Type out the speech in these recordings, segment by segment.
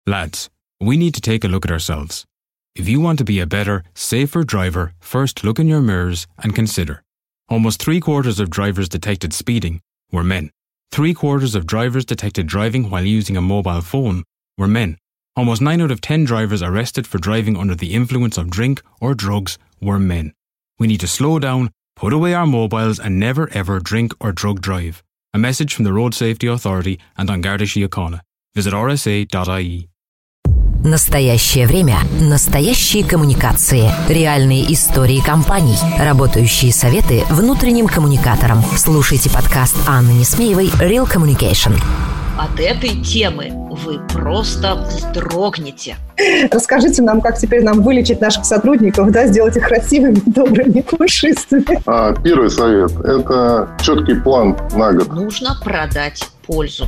Lads, we need to take a look at ourselves. If you want to be a better, safer driver, first look in your mirrors and consider. Almost 3/4 of drivers detected speeding were men. 3/4 of drivers detected driving while using a mobile phone were men. Almost 9 out of 10 drivers arrested for driving under the influence of drink or drugs were men. We need to slow down, put away our mobiles and never ever drink or drug drive. A message from the Road Safety Authority and An Garda Síochána. Visit rsa.ie. Настоящее время. Настоящие коммуникации. Реальные истории компаний. Работающие советы внутренним коммуникаторам. Слушайте подкаст Анны Несмеевой «Real Communication». От этой темы вы просто вздрогнете. Расскажите нам, как теперь нам вылечить наших сотрудников, да, сделать их красивыми, добрыми, пушистыми. Первый совет – это четкий план на год. Нужно продать пользу.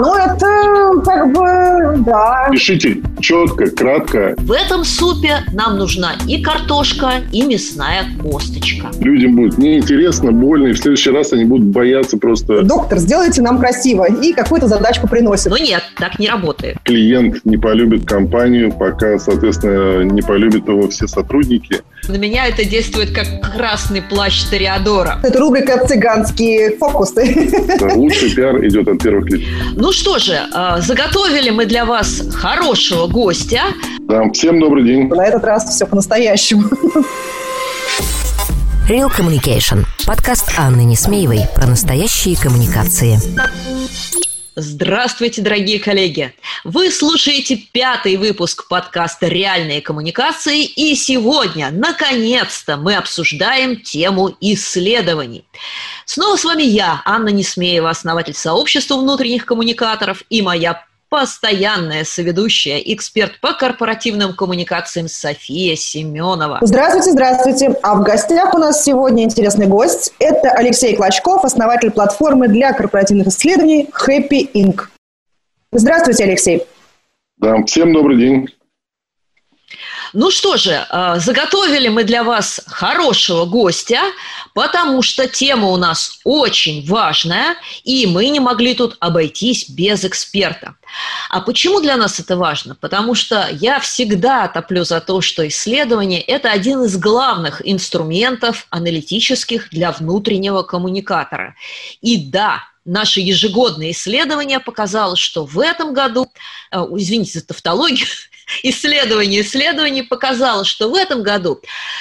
Да. Пишите четко, кратко. В этом супе нам нужна и картошка, и мясная косточка. Людям будет неинтересно, больно, и в следующий раз они будут бояться просто. Доктор, сделайте нам красиво, и какую-то задачку приносит. Но нет, так не работает. Клиент не полюбит компанию, пока, соответственно, не полюбят его все сотрудники. На меня это действует как красный плащ Тореадора. Это рубрика «Цыганские фокусы». Лучший пиар идет от первых лиц. Ну что же, заготовили мы для вас хорошего гостя. Да, всем добрый день. На этот раз все по-настоящему. Real Communication. Подкаст Анны Несмеевой про настоящие коммуникации. Здравствуйте, дорогие коллеги! Вы слушаете 5-й выпуск подкаста «Реальные коммуникации», и сегодня, наконец-то, мы обсуждаем тему исследований. Снова с вами я, Анна Несмеева, основатель сообщества внутренних коммуникаторов, и моя постоянная соведущая, эксперт по корпоративным коммуникациям София Семенова. Здравствуйте. А в гостях у нас сегодня интересный гость. Это Алексей Клочков, основатель платформы для корпоративных исследований Happy Inc. Здравствуйте, Алексей. Да, всем добрый день. Ну что же, заготовили мы для вас хорошего гостя, потому что тема у нас очень важная, и мы не могли тут обойтись без эксперта. А почему для нас это важно? Потому что я всегда топлю за то, что исследование – это один из главных инструментов аналитических для внутреннего коммуникатора. И да, наше ежегодное исследование показало, что в этом году, извините за тавтологию, исследование показало, что в этом году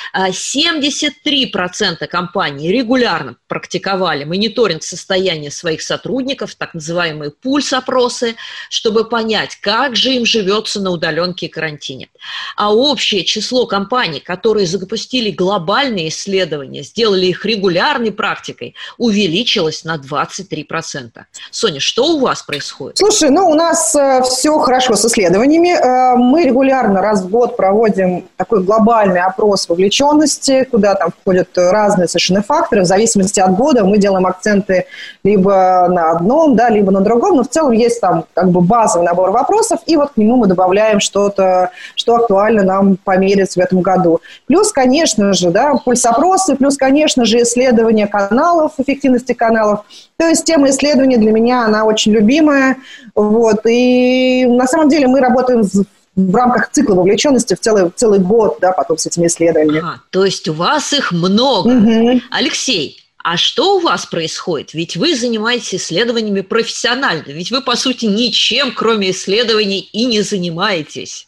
73% компаний регулярно практиковали мониторинг состояния своих сотрудников, так называемые пульс-опросы, чтобы понять, как же им живется на удаленке и карантине. А общее число компаний, которые запустили глобальные исследования, сделали их регулярной практикой, увеличилось на 23%. Соня, что у вас происходит? Слушай, у нас все хорошо с исследованиями. Мы регулярно раз в год проводим такой глобальный опрос вовлеченности, куда там входят разные совершенно факторы. В зависимости от года мы делаем акценты либо на одном, да, либо на другом, но в целом есть там базовый набор вопросов, и вот к нему мы добавляем что-то, что актуально нам померить в этом году. Плюс, конечно же, да, пульс-опросы, плюс, конечно же, исследования каналов, эффективности каналов. То есть тема исследования для меня, она очень любимая. Вот. И на самом деле мы работаем в рамках цикла вовлеченности в целый год, да, потом с этими исследованиями. То есть у вас их много. Угу. Алексей, а что у вас происходит? Ведь вы занимаетесь исследованиями профессионально. Ведь вы, по сути, ничем, кроме исследований, и не занимаетесь.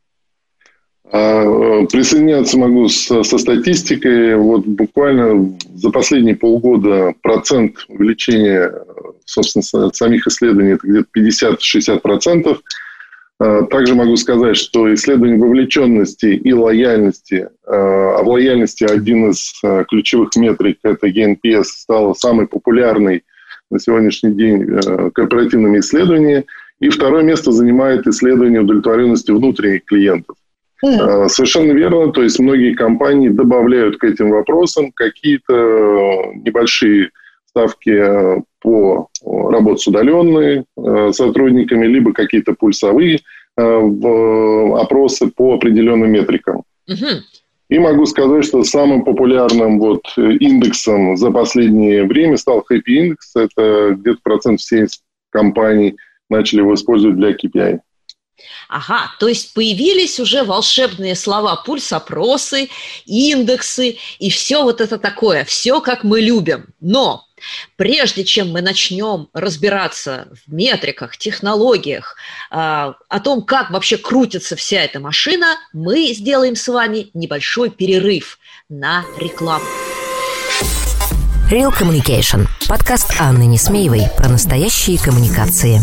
Присоединяться могу со статистикой. Вот буквально за последние полгода процент увеличения, собственно, самих исследований это где-то 50-60%. Также могу сказать, что исследование вовлеченности и лояльности, а в лояльности один из ключевых метрик, это ENPS, стало самой популярной на сегодняшний день корпоративными исследованиями. И второе место занимает исследование удовлетворенности внутренних клиентов. Совершенно верно, то есть многие компании добавляют к этим вопросам какие-то небольшие ставки по работе с удаленными сотрудниками, либо какие-то пульсовые опросы по определенным метрикам. И могу сказать, что самым популярным индексом за последнее время стал Happy Index. Это где-то 70% компаний начали его использовать для KPI. Ага, то есть появились уже волшебные слова: пульс-опросы, индексы и все вот это такое, все как мы любим. Но прежде чем мы начнем разбираться в метриках, технологиях, о том, как вообще крутится вся эта машина, мы сделаем с вами небольшой перерыв на рекламу. Real Communication. Подкаст Анны Несмеевой про настоящие коммуникации.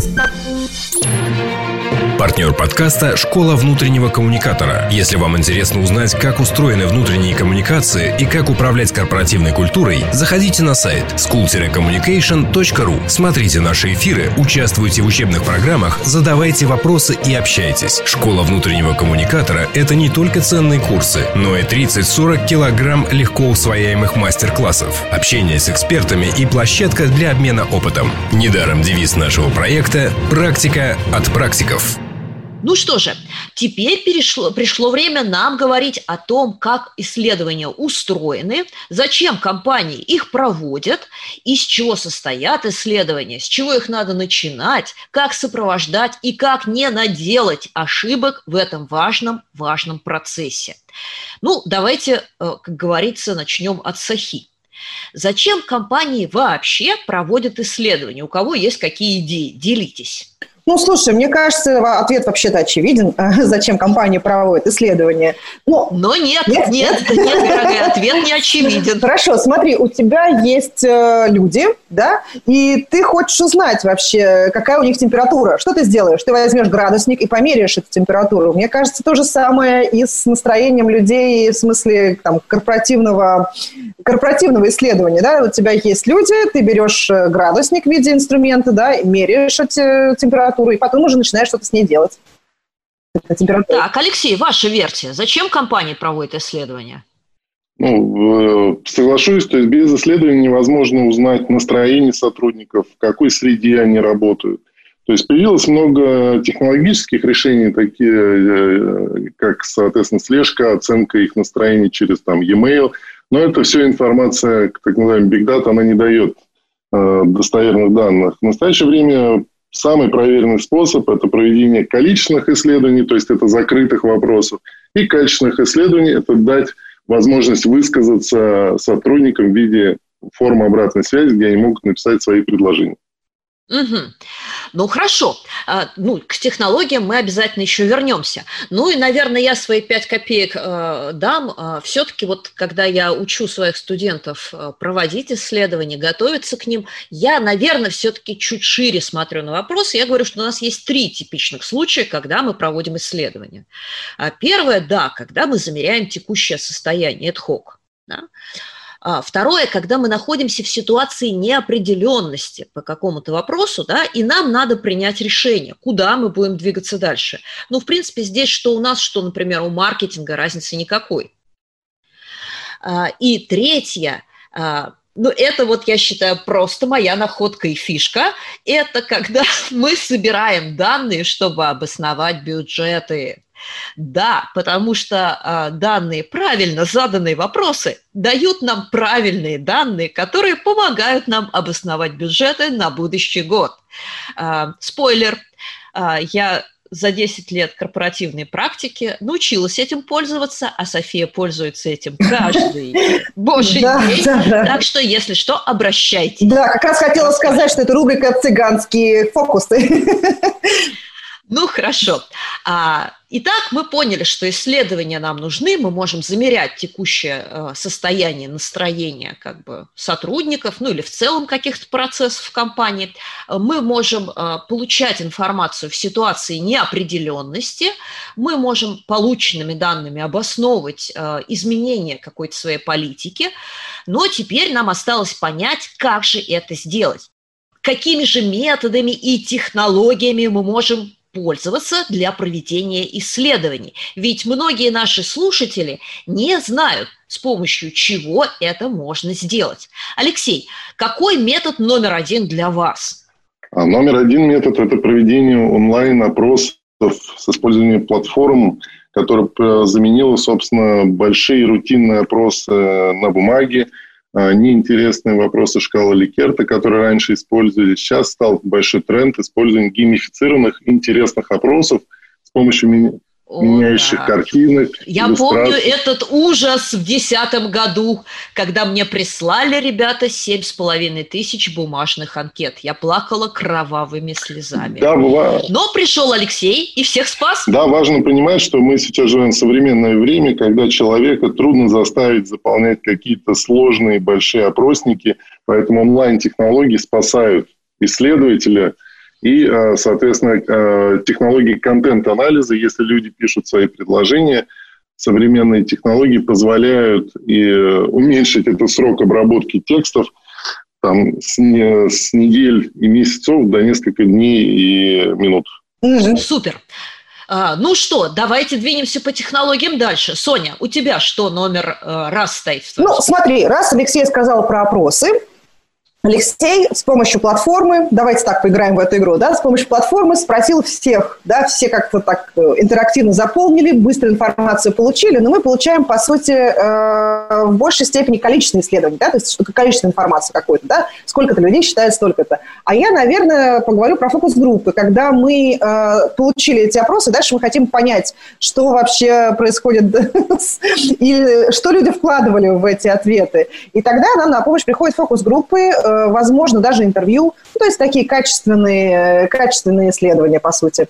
Партнер подкаста – «Школа внутреннего коммуникатора». Если вам интересно узнать, как устроены внутренние коммуникации и как управлять корпоративной культурой, заходите на сайт school-communication.ru. Смотрите наши эфиры, участвуйте в учебных программах, задавайте вопросы и общайтесь. «Школа внутреннего коммуникатора» – это не только ценные курсы, но и 30-40 килограмм легко усвояемых мастер-классов, общение с экспертами и площадка для обмена опытом. Недаром девиз нашего проекта «Практика от практиков». Ну что же, теперь пришло время нам говорить о том, как исследования устроены, зачем компании их проводят, из чего состоят исследования, с чего их надо начинать, как сопровождать и как не наделать ошибок в этом важном процессе. Ну, давайте, как говорится, начнем от сахи. Зачем компании вообще проводят исследования? У кого есть какие идеи? Делитесь. Ну, слушай, мне кажется, ответ вообще-то очевиден, зачем компании проводят исследования. Но нет, дорогая, ответ не очевиден. Хорошо, смотри, у тебя есть люди, да, и ты хочешь узнать вообще, какая у них температура. Что ты сделаешь? Ты возьмешь градусник и померяешь эту температуру. Мне кажется, то же самое и с настроением людей, в смысле там, корпоративного исследования. Да? У тебя есть люди, ты берешь градусник в виде инструмента, да, и меряешь эти температуры, и потом уже начинаешь что-то с ней делать. Так, Алексей, ваша версия. Зачем компании проводят исследования? Ну, соглашусь, то есть без исследований невозможно узнать настроение сотрудников, в какой среде они работают. То есть появилось много технологических решений, такие как, соответственно, слежка, оценка их настроения через там, e-mail. Но это все информация, так называемая Big Data, она не дает достоверных данных. В настоящее время самый проверенный способ – это проведение количественных исследований, то есть это закрытых вопросов, и качественных исследований – это дать возможность высказаться сотрудникам в виде формы обратной связи, где они могут написать свои предложения. Угу. Ну, хорошо. К технологиям мы обязательно еще вернемся. Ну и, наверное, я свои 5 копеек дам. Все-таки вот, когда я учу своих студентов проводить исследования, готовиться к ним, я, наверное, все-таки чуть шире смотрю на вопрос. Я говорю, что у нас есть 3 типичных случая, когда мы проводим исследования. Первое, да, когда мы замеряем текущее состояние, ad hoc. Да? Второе, когда мы находимся в ситуации неопределенности по какому-то вопросу, да, и нам надо принять решение, куда мы будем двигаться дальше. Ну, в принципе, здесь что у нас, что, например, у маркетинга разницы никакой. И третье, это вот, я считаю, просто моя находка и фишка, это когда мы собираем данные, чтобы обосновать бюджеты. Да, потому что данные, правильно заданные вопросы дают нам правильные данные, которые помогают нам обосновать бюджеты на будущий год. Спойлер, я за 10 лет корпоративной практики научилась этим пользоваться, а София пользуется этим каждый божий день. Да. Так что, если что, обращайтесь. Да, как раз хотела сказать, что это рубрика «Цыганские фокусы». Ну, хорошо. Итак, мы поняли, что исследования нам нужны, мы можем замерять текущее состояние, настроение как бы сотрудников, ну или в целом каких-то процессов в компании. Мы можем получать информацию в ситуации неопределенности, мы можем полученными данными обосновывать изменения какой-то своей политики, но теперь нам осталось понять, как же это сделать. Какими же методами и технологиями мы можем пользоваться для проведения исследований. Ведь многие наши слушатели не знают, с помощью чего это можно сделать. Алексей, какой метод номер 1 для вас? Номер 1 метод – это проведение онлайн-опросов с использованием платформ, которая заменила, собственно, большие рутинные опросы на бумаге, неинтересные вопросы шкалы Ликерта, которые раньше использовались. Сейчас стал большой тренд использования геймифицированных интересных опросов, с помощью меняющих картинок. Я помню этот ужас в 2010 году, когда мне прислали ребята 7500 бумажных анкет. Я плакала кровавыми слезами. Да, но пришел Алексей и всех спас. Да, важно понимать, что мы сейчас живем в современное время, когда человека трудно заставить заполнять какие-то сложные большие опросники, поэтому онлайн-технологии спасают исследователя. И, соответственно, технологии контент-анализа, если люди пишут свои предложения, современные технологии позволяют и уменьшить этот срок обработки текстов там, с недель и месяцев до нескольких дней и минут. Супер. Ну что, давайте двинемся по технологиям дальше. Соня, у тебя что номер раз стоит? Смотри, раз Алексей сказал про опросы, Алексей с помощью платформы, давайте так поиграем в эту игру, да, с помощью платформы спросил всех, да, все как-то так интерактивно заполнили, быстро информацию получили, но мы получаем, по сути, в большей степени количественные исследования, да, то есть количество информации какой-то, да, сколько-то людей считает столько-то. А я, наверное, поговорю про фокус-группы, когда мы получили эти опросы, дальше мы хотим понять, что вообще происходит, и что люди вкладывали в эти ответы. И тогда нам на помощь приходят фокус-группы, возможно, даже интервью. То есть такие качественные исследования, по сути.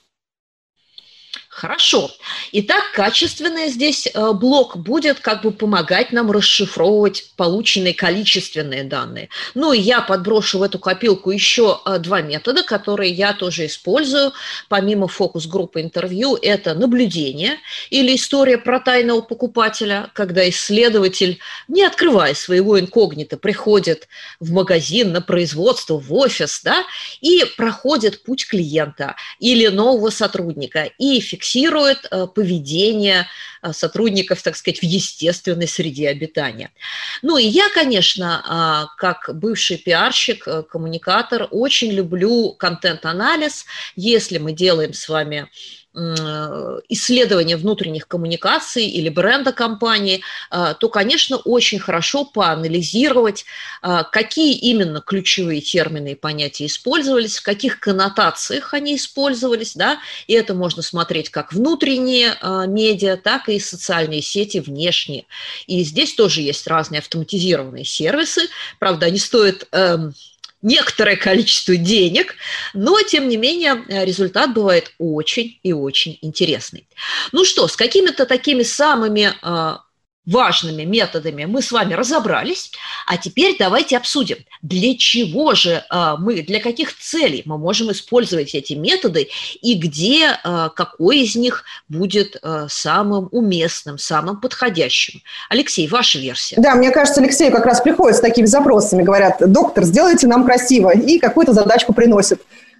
Хорошо. Итак, качественный здесь блок будет как бы помогать нам расшифровывать полученные количественные данные. Ну и я подброшу в эту копилку еще два метода, которые я тоже использую. Помимо фокус-группы интервью, это наблюдение или история про тайного покупателя, когда исследователь, не открывая своего инкогнито, приходит в магазин, на производство, в офис, да, и проходит путь клиента или нового сотрудника и фиксирует поведение сотрудников, так сказать, в естественной среде обитания. Ну и я, конечно, как бывший пиарщик, коммуникатор, очень люблю контент-анализ. Если мы делаем с вами исследования внутренних коммуникаций или бренда компании, то, конечно, очень хорошо поанализировать, какие именно ключевые термины и понятия использовались, в каких коннотациях они использовались, да, и это можно смотреть как внутренние медиа, так и социальные сети внешние. И здесь тоже есть разные автоматизированные сервисы, правда, они стоят некоторое количество денег, но, тем не менее, результат бывает очень и очень интересный. Ну что, с какими-то такими самыми важными методами мы с вами разобрались, а теперь давайте обсудим, для чего же мы, для каких целей мы можем использовать эти методы и где какой из них будет самым уместным, самым подходящим. Алексей, ваша версия. Да, мне кажется, Алексею как раз приходят с такими запросами, говорят: доктор, сделайте нам красиво, и какую-то задачку приносит.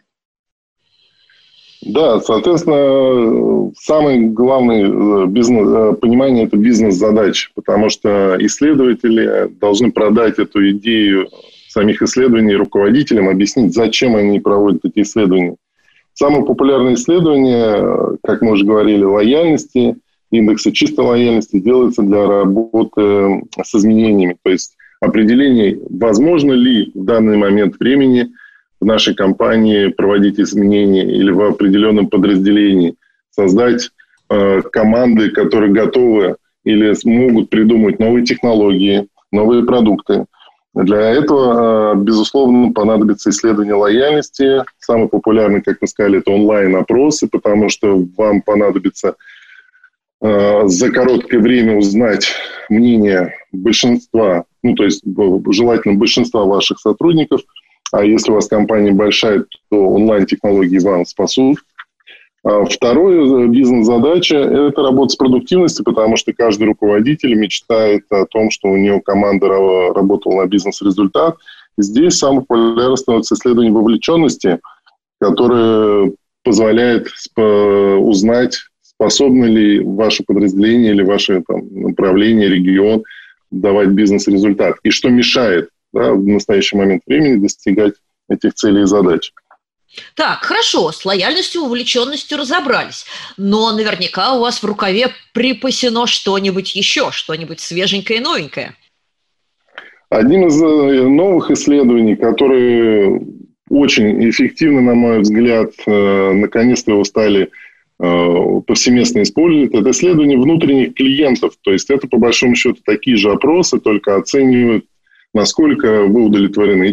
Да, соответственно, самое главное понимание – это бизнес-задач, потому что исследователи должны продать эту идею самих исследований руководителям, объяснить, зачем они проводят эти исследования. Самое популярное исследование, как мы уже говорили, лояльности, индекса чистой лояльности делается для работы с изменениями, то есть определение, возможно ли в данный момент времени в нашей компании проводить изменения или в определенном подразделении, создать команды, которые готовы или смогут придумать новые технологии, новые продукты. Для этого, безусловно, понадобится исследование лояльности. Самый популярный, как мы сказали, это онлайн-опросы, потому что вам понадобится за короткое время узнать мнение большинства, ну, то есть желательно большинства ваших сотрудников. А если у вас компания большая, то онлайн-технологии вам спасут. Второе бизнес-задача – это работа с продуктивностью, потому что каждый руководитель мечтает о том, что у него команда работала на бизнес-результат. Здесь самым популярным становится исследование вовлеченности, которое позволяет узнать, способно ли ваше подразделение или ваше направление, регион давать бизнес-результат. И что мешает, да, в настоящий момент времени достигать этих целей и задач. Так, хорошо, с лояльностью, увлеченностью разобрались, но наверняка у вас в рукаве припасено что-нибудь еще, что-нибудь свеженькое и новенькое. Одним из новых исследований, которые очень эффективно, на мой взгляд, наконец-то его стали повсеместно используют, это исследование внутренних клиентов. То есть это, по большому счету, такие же опросы, только оценивают, насколько вы удовлетворены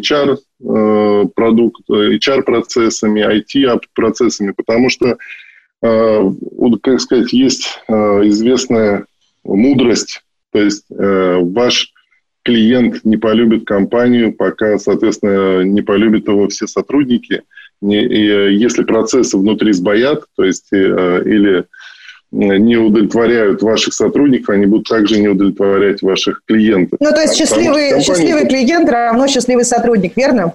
HR-процессами, IT-процессами, потому что, как сказать, есть известная мудрость, то есть ваш клиент не полюбит компанию, пока, соответственно, не полюбят его все сотрудники. И если процессы внутри сбоят, то есть или не удовлетворяют ваших сотрудников, они будут также не удовлетворять ваших клиентов. Ну, то есть счастливый клиент равно счастливый сотрудник, верно?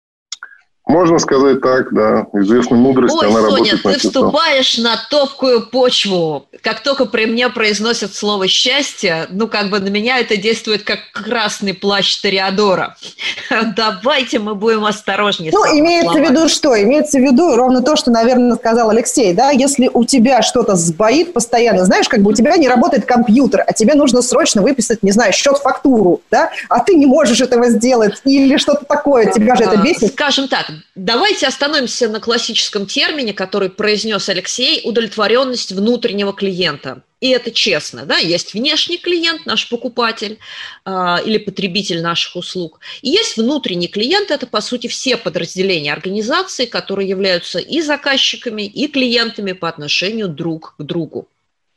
Можно сказать так, да. Известная мудрость, она работает. Соня, ты вступаешь на топкую почву. Как только при мне произносят слово «счастье», на меня это действует как красный плащ Тореадора. Давайте мы будем осторожнее. Имеется в виду что? Имеется в виду ровно то, что, наверное, сказал Алексей, да? Если у тебя что-то сбоит постоянно, знаешь, у тебя не работает компьютер, а тебе нужно срочно выписать, не знаю, счет-фактуру, да? А ты не можешь этого сделать или что-то такое, тебя же это бесит? Скажем так, давайте остановимся на классическом термине, который произнес Алексей, удовлетворенность внутреннего клиента. И это честно, да, есть внешний клиент, наш покупатель или потребитель наших услуг. И есть внутренний клиент, это, по сути, все подразделения организации, которые являются и заказчиками, и клиентами по отношению друг к другу.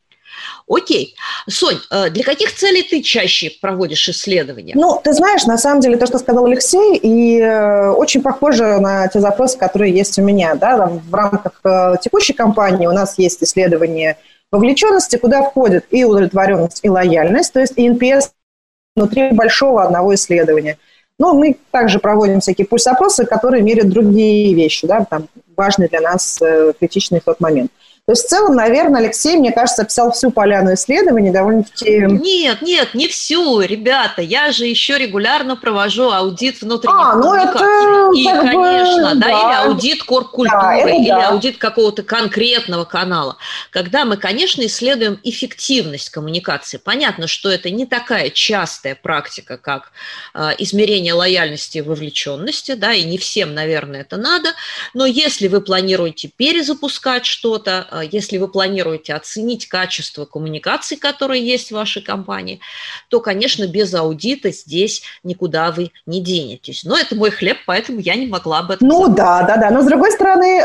Окей. Сонь, для каких целей ты чаще проводишь исследования? Ты знаешь, на самом деле, то, что сказал Алексей, и очень похоже на те запросы, которые есть у меня. Да? В рамках текущей кампании у нас есть исследование вовлеченности, куда входит и удовлетворенность, и лояльность, то есть и NPS внутри большого одного исследования. Но мы также проводим всякие пульс-опросы, которые меряют другие вещи, да, там, важные для нас, критичные в тот момент. То есть в целом, наверное, Алексей, мне кажется, описал всю поляну исследований довольно-таки... Нет, не всю, ребята. Я же еще регулярно провожу аудит внутренних коммуникаций. И, конечно, да, или аудит корп-культуры, или аудит какого-то конкретного канала. Когда мы, конечно, исследуем эффективность коммуникации. Понятно, что это не такая частая практика, как измерение лояльности и вовлеченности, да, и не всем, наверное, это надо. Но если вы планируете перезапускать что-то, если вы планируете оценить качество коммуникаций, которые есть в вашей компании, то, конечно, без аудита здесь никуда вы не денетесь. Но это мой хлеб, поэтому я не могла об этом сказать. Да. Но, с другой стороны,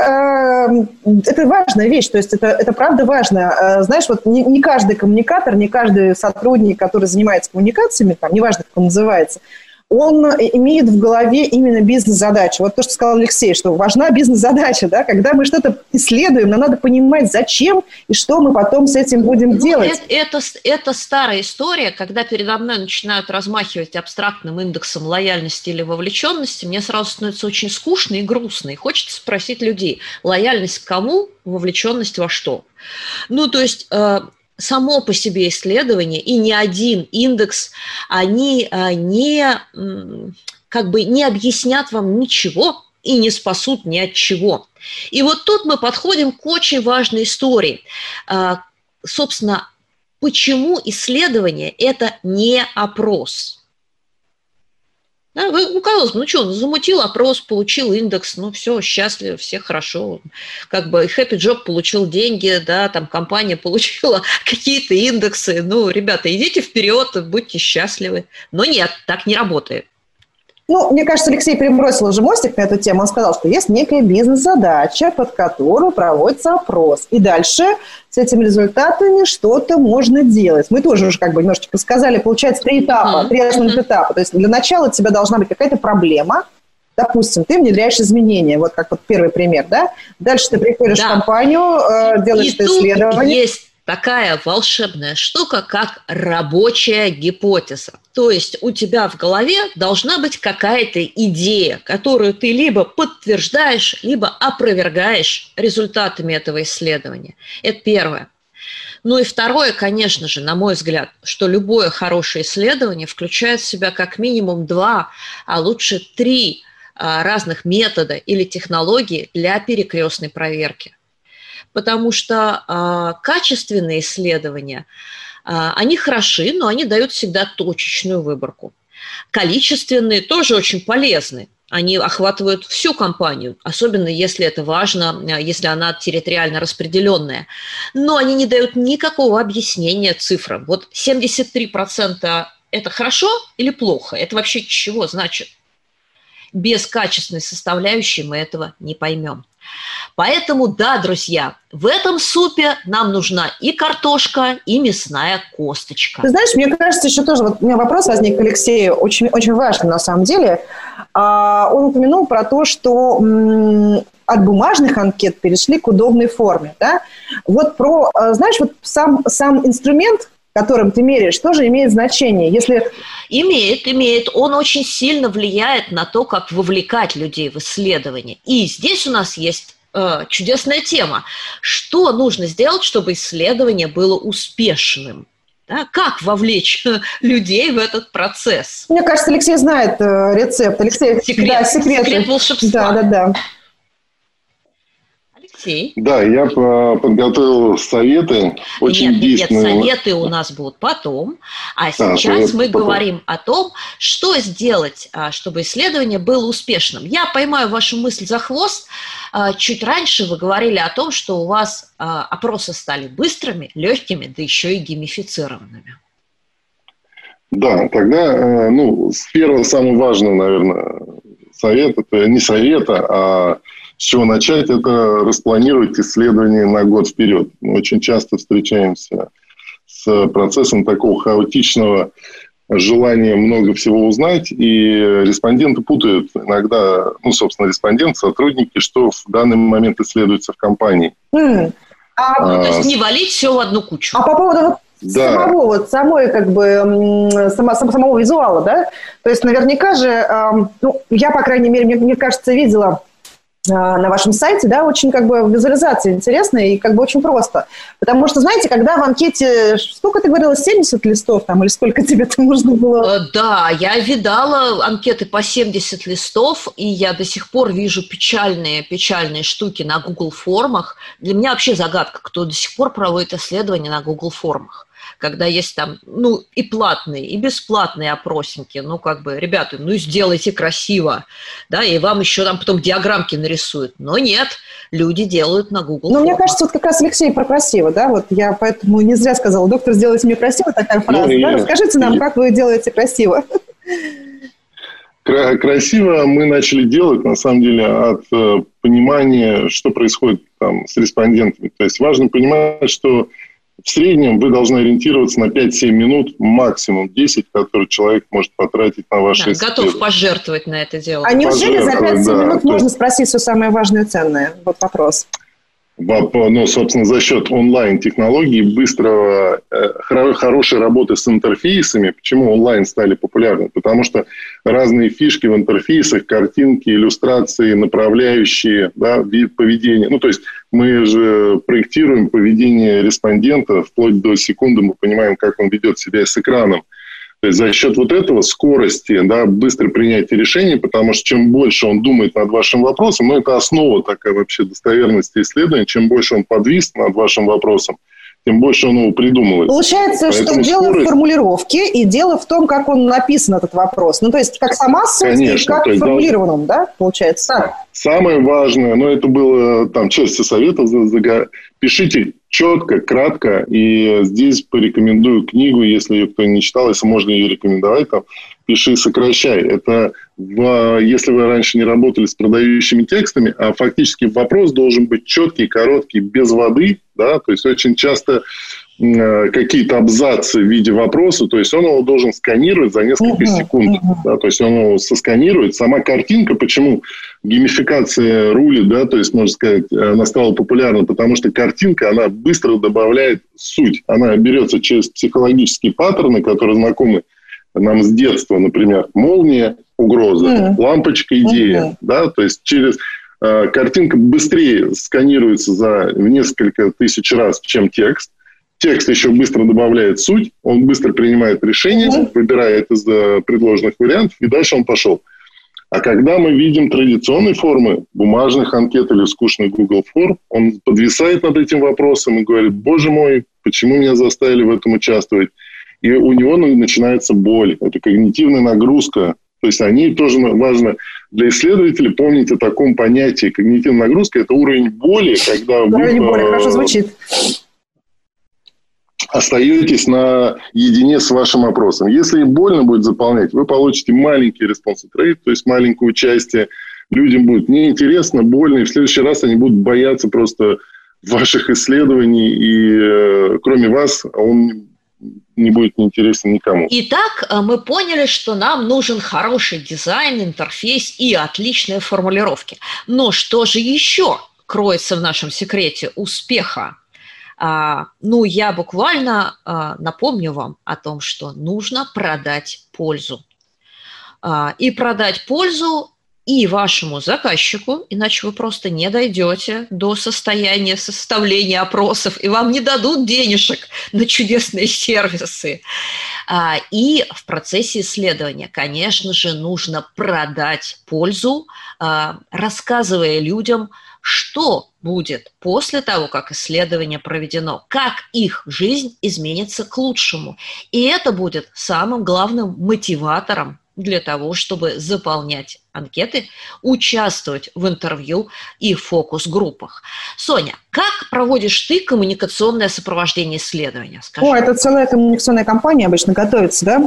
это важная вещь, то есть это правда важно. Знаешь, не каждый коммуникатор, не каждый сотрудник, который занимается коммуникациями, там, неважно, как он называется, он имеет в голове именно бизнес-задачу. Вот то, что сказал Алексей, что важна бизнес-задача, да, когда мы что-то исследуем, нам надо понимать, зачем и что мы потом с этим будем делать. Это старая история, когда передо мной начинают размахивать абстрактным индексом лояльности или вовлеченности, мне сразу становится очень скучно и грустно, и хочется спросить людей, лояльность к кому, вовлеченность во что? То есть... Само по себе исследование и ни один индекс, они не объяснят вам ничего и не спасут ни от чего. И вот тут мы подходим к очень важной истории. Собственно, почему исследование – это не опрос? Да, казалось бы, замутил опрос, получил индекс, все, счастлив, все хорошо. Happy Job получил деньги, да, там компания получила какие-то индексы. Ребята, идите вперед, будьте счастливы. Но нет, так не работает. Мне кажется, Алексей перебросил уже мостик на эту тему. Он сказал, что есть некая бизнес-задача, под которую проводится опрос. И дальше с этими результатами что-то можно делать. Мы тоже уже немножечко сказали, получается, три основных этапа. То есть для начала у тебя должна быть какая-то проблема. Допустим, ты внедряешь изменения, как первый пример, да? Дальше ты приходишь в компанию, делаешь это исследование. Есть такая волшебная штука, как рабочая гипотеза. То есть у тебя в голове должна быть какая-то идея, которую ты либо подтверждаешь, либо опровергаешь результатами этого исследования. Это первое. И второе, конечно же, на мой взгляд, что любое хорошее исследование включает в себя как минимум 2, а лучше 3 разных метода или технологии для перекрестной проверки. Потому что качественные исследования, они хороши, но они дают всегда точечную выборку. Количественные тоже очень полезны. Они охватывают всю компанию, особенно если это важно, если она территориально распределенная. Но они не дают никакого объяснения цифрам. Вот 73% – это хорошо или плохо? Это вообще чего значит? Без качественной составляющей мы этого не поймем. Поэтому, да, друзья, в этом супе нам нужна и картошка, и мясная косточка. Ты знаешь, мне кажется, еще тоже вот у меня вопрос возник к Алексею, очень, очень важный на самом деле. Он упомянул про то, что от бумажных анкет перешли к удобной форме. Да? Вот про, знаешь, вот сам инструмент, которым ты меряешь, тоже имеет значение. Если... Имеет. Он очень сильно влияет на то, как вовлекать людей в исследование. И здесь у нас есть чудесная тема. Что нужно сделать, чтобы исследование было успешным? Да? Как вовлечь людей в этот процесс? Мне кажется, Алексей знает рецепт. Алексей, секрет волшебства. Да. Да, я подготовил советы, очень действенные. Нет, советы у нас будут потом, а сейчас мы говорим о том, что сделать, чтобы исследование было успешным. Я поймаю вашу мысль за хвост. Чуть раньше вы говорили о том, что у вас опросы стали быстрыми, легкими, да еще и геймифицированными. Да, тогда, первого самого важного, наверное, совета, это не совета, а с чего начать, это распланировать исследования на год вперед. Мы очень часто встречаемся с процессом такого хаотичного желания много всего узнать, и респонденты путают иногда, собственно, респонденты, сотрудники, что в данный момент исследуется в компании. То есть не валить все в одну кучу. А по поводу самого визуала, да? То есть наверняка же, я, по крайней мере, мне кажется, видела на вашем сайте, да, очень визуализация интересная и очень просто. Потому что, знаете, когда в анкете, сколько ты говорила, 70 листов там, или сколько тебе там нужно было? Да, я видала анкеты по 70 листов, и я до сих пор вижу печальные штуки на Google формах. Для меня вообще загадка, кто до сих пор проводит исследования на Google формах. Когда есть там, и платные, и бесплатные опросники. Ребята, сделайте красиво, да, и вам еще там потом диаграммки нарисуют. Но нет, люди делают на Google. Мне кажется, вот как раз Алексей про красиво, да, вот я поэтому не зря сказала, доктор, сделайте мне красиво, такая фраза, да, расскажите нам, как вы делаете красиво. Красиво мы начали делать, на самом деле, от понимания, что происходит там с респондентами. То есть важно понимать, что в среднем вы должны ориентироваться на 5-7 минут, максимум 10, которые человек может потратить на ваши исследования. Готов пожертвовать на это дело. А неужели за 5-7 минут можно спросить все самое важное и ценное? Вот вопрос. Собственно, за счет онлайн-технологий, быстрого, хорошей работы с интерфейсами. Почему онлайн стали популярны? Потому что разные фишки в интерфейсах, картинки, иллюстрации, направляющие, да, вид поведения. То есть мы же проектируем поведение респондента вплоть до секунды, мы понимаем, как он ведет себя с экраном. То есть за счет вот этого скорости, да, быстро принятия решений, потому что чем больше он думает над вашим вопросом, это основа такая вообще достоверности исследования, чем больше он подвис над вашим вопросом, тем больше он его придумывает. Получается, что дело в формулировке и дело в том, как он написан, этот вопрос. То есть как сама суть, и как формулирован он, да, получается так? Самое важное, это было там часть советов, пишите четко, кратко, и здесь порекомендую книгу, если ее кто не читал, если можно ее рекомендовать, там, «Пиши, сокращай». Это если вы раньше не работали с продающими текстами, а фактически вопрос должен быть четкий, короткий, без воды, да, то есть очень часто какие-то абзацы в виде вопроса, то есть он его должен сканировать за несколько секунд, да, то есть он его сосканирует. Сама картинка, почему геймификация рулит, да, то есть, можно сказать, она стала популярна, потому что картинка, она быстро добавляет суть, она берется через психологические паттерны, которые знакомы нам с детства, например, молния, угроза, лампочка, идея, да, то есть через картинка быстрее сканируется в несколько тысяч раз, чем текст. Текст еще быстро добавляет суть, он быстро принимает решение, выбирает из предложенных вариантов, и дальше он пошел. А когда мы видим традиционные формы бумажных анкет или скучных Google форм, он подвисает над этим вопросом и говорит: боже мой, почему меня заставили в этом участвовать? и у него начинается боль. Это когнитивная нагрузка. То есть они тоже важно для исследователей помнить о таком понятии. Когнитивная нагрузка – это уровень боли, когда уровень боли хорошо звучит. Остаетесь наедине с вашим опросом. Если им больно будет заполнять, вы получите маленький response rate, то есть маленькое участие. Людям будет неинтересно, больно, и в следующий раз они будут бояться просто ваших исследований, и кроме вас он не будет неинтересен никому. Итак, мы поняли, что нам нужен хороший дизайн, интерфейс и отличные формулировки. Но что же еще кроется в нашем секрете успеха? Я буквально напомню вам о том, что нужно продать пользу. И продать пользу и вашему заказчику, иначе вы просто не дойдете до состояния составления опросов, и вам не дадут денежек на чудесные сервисы. И в процессе исследования, конечно же, нужно продать пользу, рассказывая людям, что будет после того, как исследование проведено, как их жизнь изменится к лучшему. И это будет самым главным мотиватором для того, чтобы заполнять анкеты, участвовать в интервью и фокус-группах. Соня, как проводишь ты коммуникационное сопровождение исследования? Скажи. Это целая коммуникационная кампания обычно готовится, да?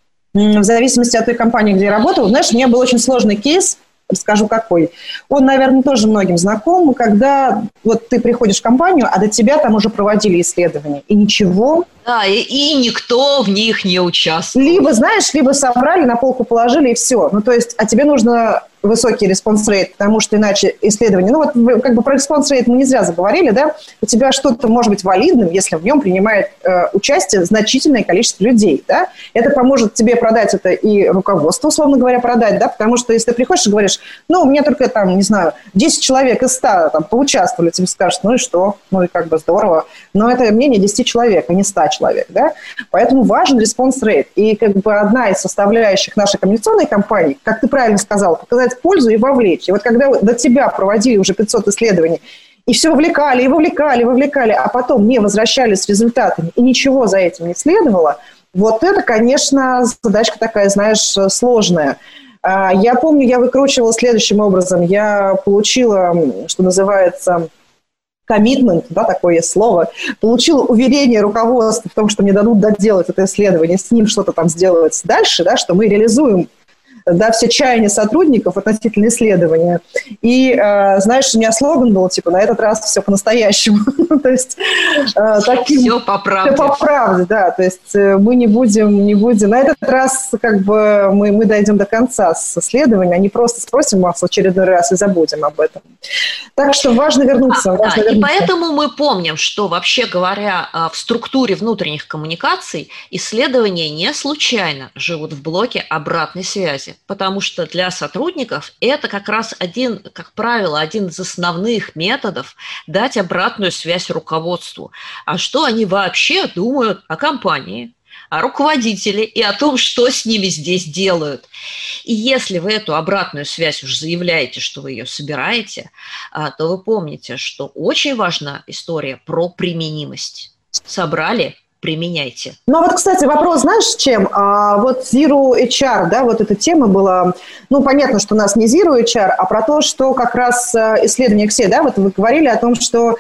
В зависимости от той компании, где я работала. Знаешь, у меня был очень сложный кейс, расскажу какой. Он, наверное, тоже многим знаком, когда вот ты приходишь в компанию, а до тебя там уже проводили исследования, и ничего. Да, и никто в них не участвовал. Либо собрали, на полку положили, и все. То есть, а тебе нужно высокий response rate, потому что иначе исследование... про response rate мы не зря заговорили, да? У тебя что-то может быть валидным, если в нем принимает участие значительное количество людей, да? Это поможет тебе продать это и руководству, условно говоря, продать, да? Потому что если ты приходишь и говоришь, у меня только, 10 человек из 100 поучаствовали, тебе скажут, и что? И здорово. Но это мнение 10 человек, а не 100 человек, да? Поэтому важен response rate. И одна из составляющих нашей коммуникационной кампании, как ты правильно сказала, показать пользу и вовлечь. И вот когда до тебя проводили уже 500 исследований, и все вовлекали, а потом не возвращались с результатами, и ничего за этим не следовало, вот это, конечно, задачка такая, сложная. Я помню, я выкручивала следующим образом. Я получила, что называется, коммитмент, да, такое есть слово, получила уверение руководства в том, что мне дадут доделать это исследование, с ним что-то там сделать дальше, да, что мы реализуем все чаяния сотрудников относительно исследования. И, у меня слоган был, на этот раз все по-настоящему. То есть, все по правде. Все по правде, да. То есть, мы не будем. На этот раз, мы дойдем до конца с исследованием, а не просто спросим вас в очередной раз и забудем об этом. Так что важно вернуться. И поэтому мы помним, что, вообще говоря, в структуре внутренних коммуникаций исследования не случайно живут в блоке обратной связи. Потому что для сотрудников это как раз как правило, один из основных методов дать обратную связь руководству. А что они вообще думают о компании, о руководителе и о том, что с ними здесь делают. И если вы эту обратную связь уже заявляете, что вы ее собираете, то вы помните, что очень важна история про применимость. Собрали, применяйте. Кстати, вопрос, знаешь, чем? Zero HR, да, эта тема была, понятно, что у нас не Zero HR, а про то, что как раз исследование КСЕ, да, вы говорили о том, что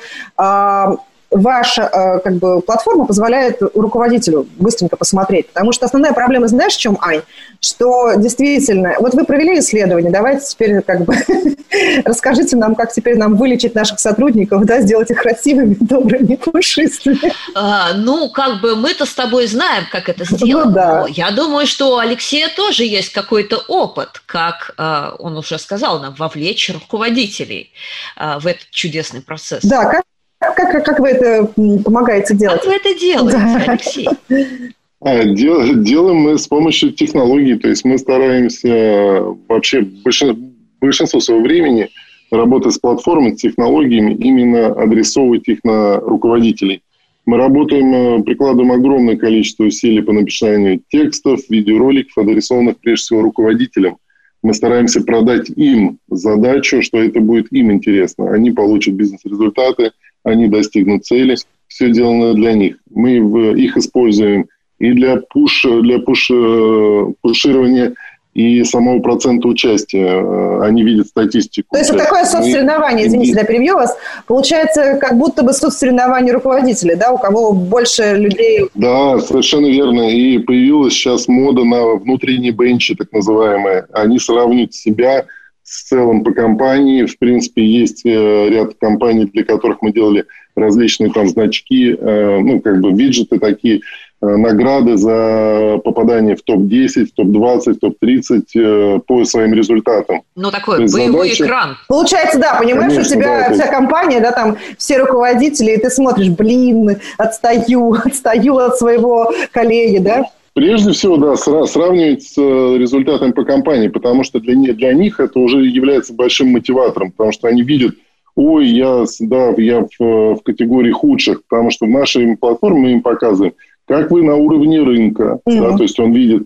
ваша платформа позволяет руководителю быстренько посмотреть. Потому что основная проблема, знаешь, в чем, Ань? Что действительно, вы провели исследование, давайте теперь расскажите нам, как теперь нам вылечить наших сотрудников, да, сделать их красивыми, добрыми, пушистыми. Мы-то с тобой знаем, как это сделать. Да. Я думаю, что у Алексея тоже есть какой-то опыт, как он уже сказал нам, вовлечь руководителей в этот чудесный процесс. Да, как вы это помогаете делать? Как вы это делаете, Алексей? Делаем мы с помощью технологий. То есть мы стараемся вообще большинство своего времени работать с платформой, с технологиями, именно адресовывать их на руководителей. Мы прикладываем огромное количество усилий по написанию текстов, видеороликов, адресованных прежде всего руководителям. Мы стараемся продать им задачу, что это будет им интересно. Они получат бизнес-результаты, они достигнут цели. Все сделано для них. Мы их используем и для пуширования и самого процента участия. Они видят статистику. То есть вот такое соцсоревнование, извините, да, перебью вас, получается как будто бы соцсоревнование руководителей, да, у кого больше людей. Да, совершенно верно. И появилась сейчас мода на внутренние бенчи, так называемые. Они сравнивают себя с целым по компании. В принципе, есть ряд компаний, для которых мы делали различные там значки, виджеты такие, награды за попадание в топ-10, в топ-20, в топ-30 по своим результатам. Такой боевой экран. Получается, да, понимаешь, конечно, у тебя вся компания, да, там все руководители, и ты смотришь, отстаю от своего коллеги, да? Прежде всего, да, сравнивать с результатами по компании, потому что для них это уже является большим мотиватором, потому что они видят, я в категории худших, потому что в нашей платформе мы им показываем, как вы на уровне рынка. Да, то есть он видит,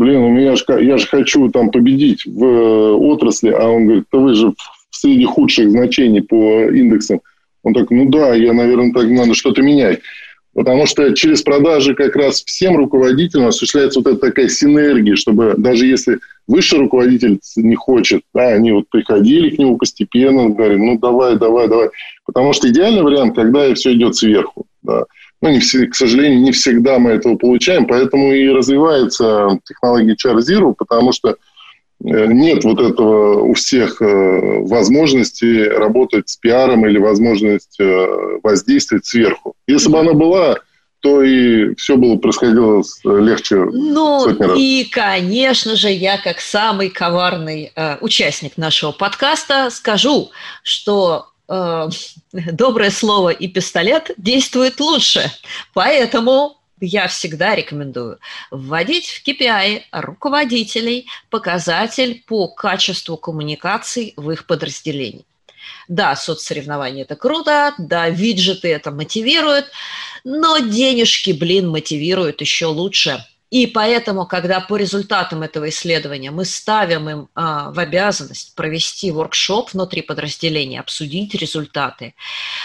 я же хочу там победить в отрасли, а он говорит, да вы же в среди худших значений по индексам. Он так, наверное, так надо что-то менять. Потому что через продажи как раз всем руководителям осуществляется вот эта такая синергия, чтобы даже если высший руководитель не хочет, они вот приходили к нему постепенно, говорили, давай. Потому что идеальный вариант, когда все идет сверху. Да. К сожалению, не всегда мы этого получаем, поэтому и развивается технология HR Zero, потому что нет вот этого у всех возможности работать с пиаром или возможность воздействовать сверху. Если бы она была, то и все происходило легче сотни раз. И, конечно же, я, как самый коварный участник нашего подкаста, скажу, что доброе слово и пистолет действуют лучше. Поэтому я всегда рекомендую вводить в KPI руководителей показатель по качеству коммуникаций в их подразделении. Да, соцсоревнования – это круто, да, виджеты это мотивируют, но денежки, мотивируют еще лучше. И поэтому, когда по результатам этого исследования мы ставим им в обязанность провести воркшоп внутри подразделения, обсудить результаты,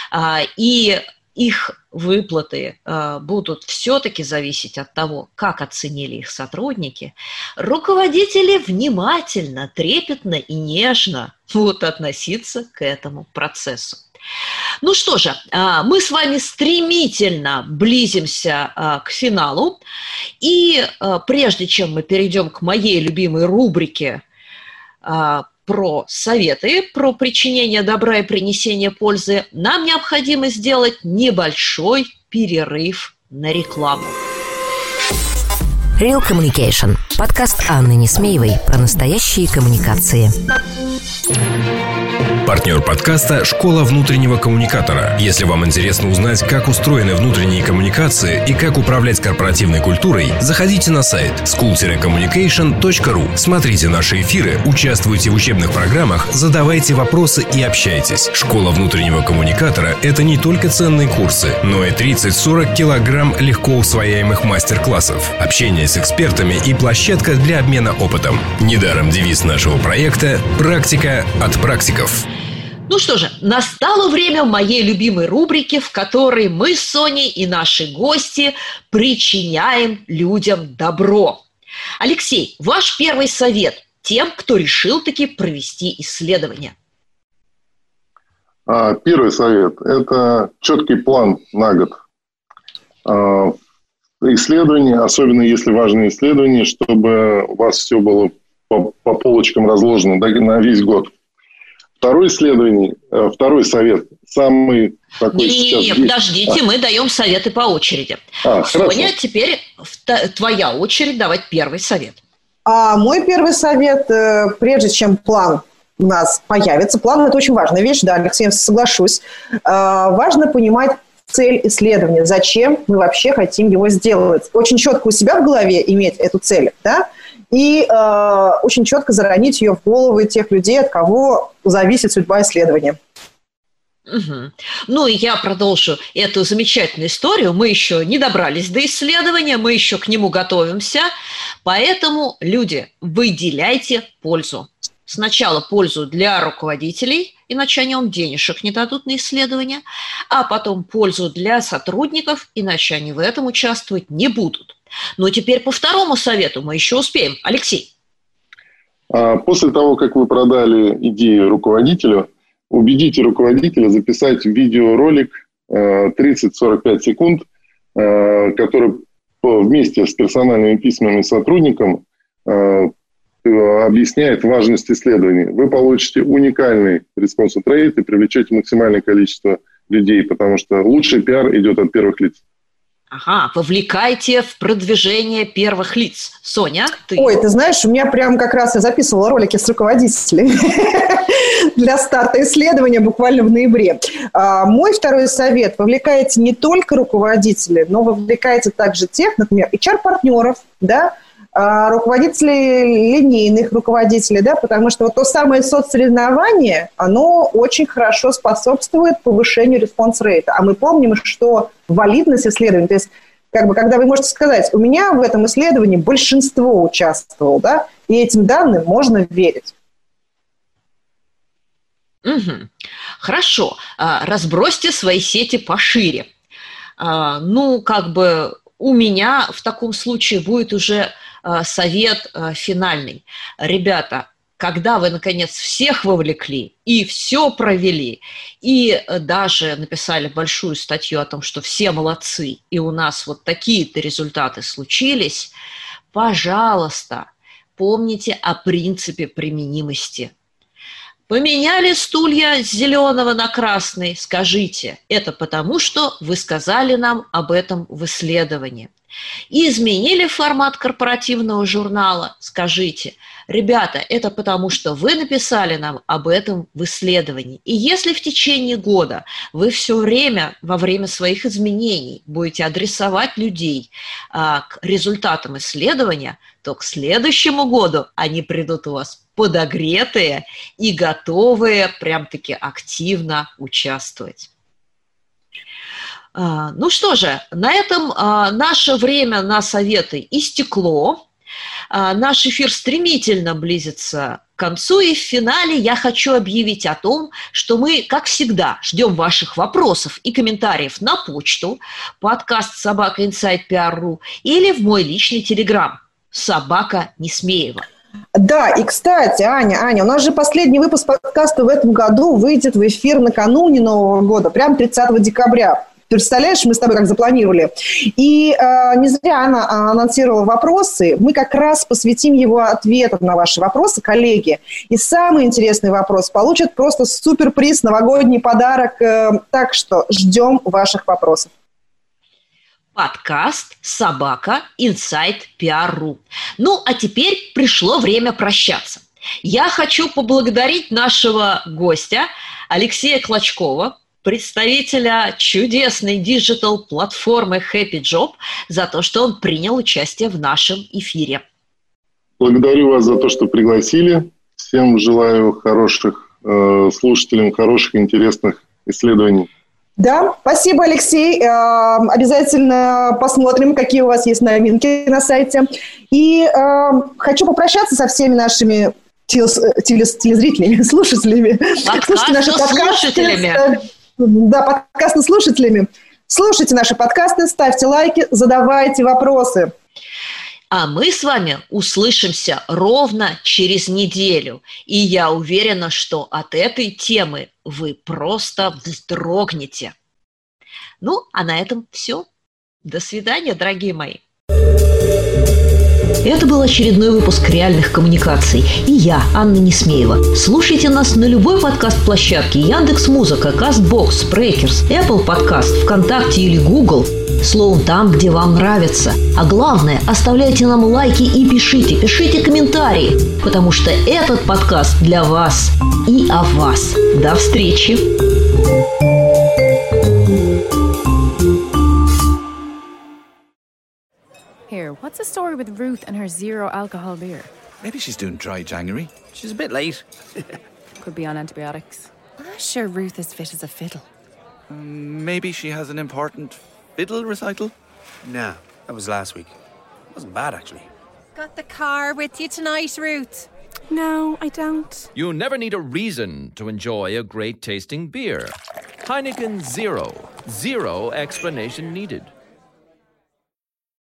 и их выплаты будут все-таки зависеть от того, как оценили их сотрудники, руководители внимательно, трепетно и нежно будут относиться к этому процессу. Ну что же, мы с вами стремительно близимся к финалу. И прежде чем мы перейдем к моей любимой рубрике про советы, про причинение добра и принесение пользы, нам необходимо сделать небольшой перерыв на рекламу. Real Communication. Подкаст Анны Несмеевой про настоящие коммуникации. Партнер подкаста «Школа внутреннего коммуникатора». Если вам интересно узнать, как устроены внутренние коммуникации и как управлять корпоративной культурой, заходите на сайт school-communication.ru. Смотрите наши эфиры, участвуйте в учебных программах, задавайте вопросы и общайтесь. «Школа внутреннего коммуникатора» — это не только ценные курсы, но и 30-40 килограмм легко усвояемых мастер-классов, общение с экспертами и площадка для обмена опытом. Недаром девиз нашего проекта «Практика от практиков». Ну что же, настало время моей любимой рубрики, в которой мы с Соней и наши гости причиняем людям добро. Алексей, ваш первый совет тем, кто решил таки провести исследование. Первый совет – это четкий план на год. Исследования, особенно если важные исследования, чтобы у вас все было по полочкам разложено на весь год. Второй совет, самый такой сейчас... Нет, подождите, мы даем советы по очереди. Соня, теперь твоя очередь давать первый совет. Мой первый совет, прежде чем план у нас появится, план – это очень важная вещь, да, Алексей, я соглашусь. Важно понимать цель исследования, зачем мы вообще хотим его сделать. Очень четко у себя в голове иметь эту цель, да, и очень четко заронить ее в головы тех людей, от кого зависит судьба исследования. Угу. Ну и я продолжу эту замечательную историю. Мы еще не добрались до исследования, мы еще к нему готовимся. Поэтому, люди, выделяйте пользу. Сначала пользу для руководителей, иначе они вам денежек не дадут на исследования, а потом пользу для сотрудников, иначе они в этом участвовать не будут. Ну, теперь по второму совету мы еще успеем. Алексей. После того, как вы продали идею руководителю, убедите руководителя записать видеоролик 30-45 секунд, который вместе с персональными письмами сотрудникам объясняет важность исследований. Вы получите уникальный response rate и привлечете максимальное количество людей, потому что лучший пиар идет от первых лиц. Ага, вовлекайте в продвижение первых лиц. Соня, ты? Ой, ты знаешь, у меня прям как раз я записывала ролики с руководителями для старта исследования буквально в ноябре. Мой второй совет. Вовлекайте не только руководителей, но вовлекайте также тех, например, HR-партнеров, да, руководителей, линейных руководителей, да, потому что вот то самое соцсоревнование, оно очень хорошо способствует повышению респонс-рейта. А мы помним, что валидность исследований, то есть как бы, когда вы можете сказать, у меня в этом исследовании большинство участвовало, да, и этим данным можно верить. Угу. Хорошо. Разбросьте свои сети пошире. Ну, как бы у меня в таком случае будет уже совет финальный. Ребята, когда вы, наконец, всех вовлекли и все провели, и даже написали большую статью о том, что все молодцы, и у нас вот такие-то результаты случились, пожалуйста, помните о принципе применимости. Поменяли стулья с зеленого на красный, скажите, это потому, что вы сказали нам об этом в исследовании. Изменили формат корпоративного журнала, скажите, ребята, это потому, что вы написали нам об этом в исследовании. И если в течение года вы все время, во время своих изменений, будете адресовать людей к результатам исследования, то к следующему году они придут у вас подогретые и готовые прям-таки активно участвовать. Ну что же, на этом наше время на советы истекло. Наш эфир стремительно близится к концу, и в финале я хочу объявить о том, что мы, как всегда, ждем ваших вопросов и комментариев на почту подкаст @insidepr.ru или в мой личный телеграм @Несмеева. Да, и, кстати, Аня, у нас же последний выпуск подкаста в этом году выйдет в эфир накануне Нового года, прям 30 декабря. Представляешь, мы с тобой как запланировали. И не зря она анонсировала вопросы. Мы как раз посвятим его ответам на ваши вопросы, коллеги. И самый интересный вопрос получит просто суперприз, новогодний подарок. Так что ждем ваших вопросов. Подкаст @insidepr.ru. Ну, а теперь пришло время прощаться. Я хочу поблагодарить нашего гостя Алексея Клочкова, представителя чудесной диджитал-платформы Happy Job, за то, что он принял участие в нашем эфире. Благодарю вас за то, что пригласили. Всем желаю хороших слушателям, хороших, интересных исследований. Да, спасибо, Алексей. Обязательно посмотрим, какие у вас есть новинки на сайте. И хочу попрощаться со всеми нашими телезрителями, слушателями. Подкаст-слушателями. Да, подкаст-слушателями. Слушайте наши подкасты, ставьте лайки, задавайте вопросы. А мы с вами услышимся ровно через неделю. И я уверена, что от этой темы вы просто вздрогнете. Ну, а на этом все. До свидания, дорогие мои. Это был очередной выпуск «Реальных коммуникаций». И я, Анна Несмеева. Слушайте нас на любой подкаст-площадке: Яндекс.Музыка, Castbox, Breakers, Apple Podcast, ВКонтакте или Google. Словом, там, где вам нравится. А главное, оставляйте нам лайки и пишите комментарии, потому что этот подкаст для вас и о вас. До встречи! Here, what's the story with Ruth and her zero alcohol beer? Maybe she's doing dry January. She's a bit late. Could be on antibiotics. I'm not sure Ruth is fit as a fiddle. Maybe she has an important fiddle recital? Nah, that was last week. It wasn't bad, actually. Got the car with you tonight, Ruth? No, I don't. You never need a reason to enjoy a great tasting beer. Heineken Zero. Zero explanation needed.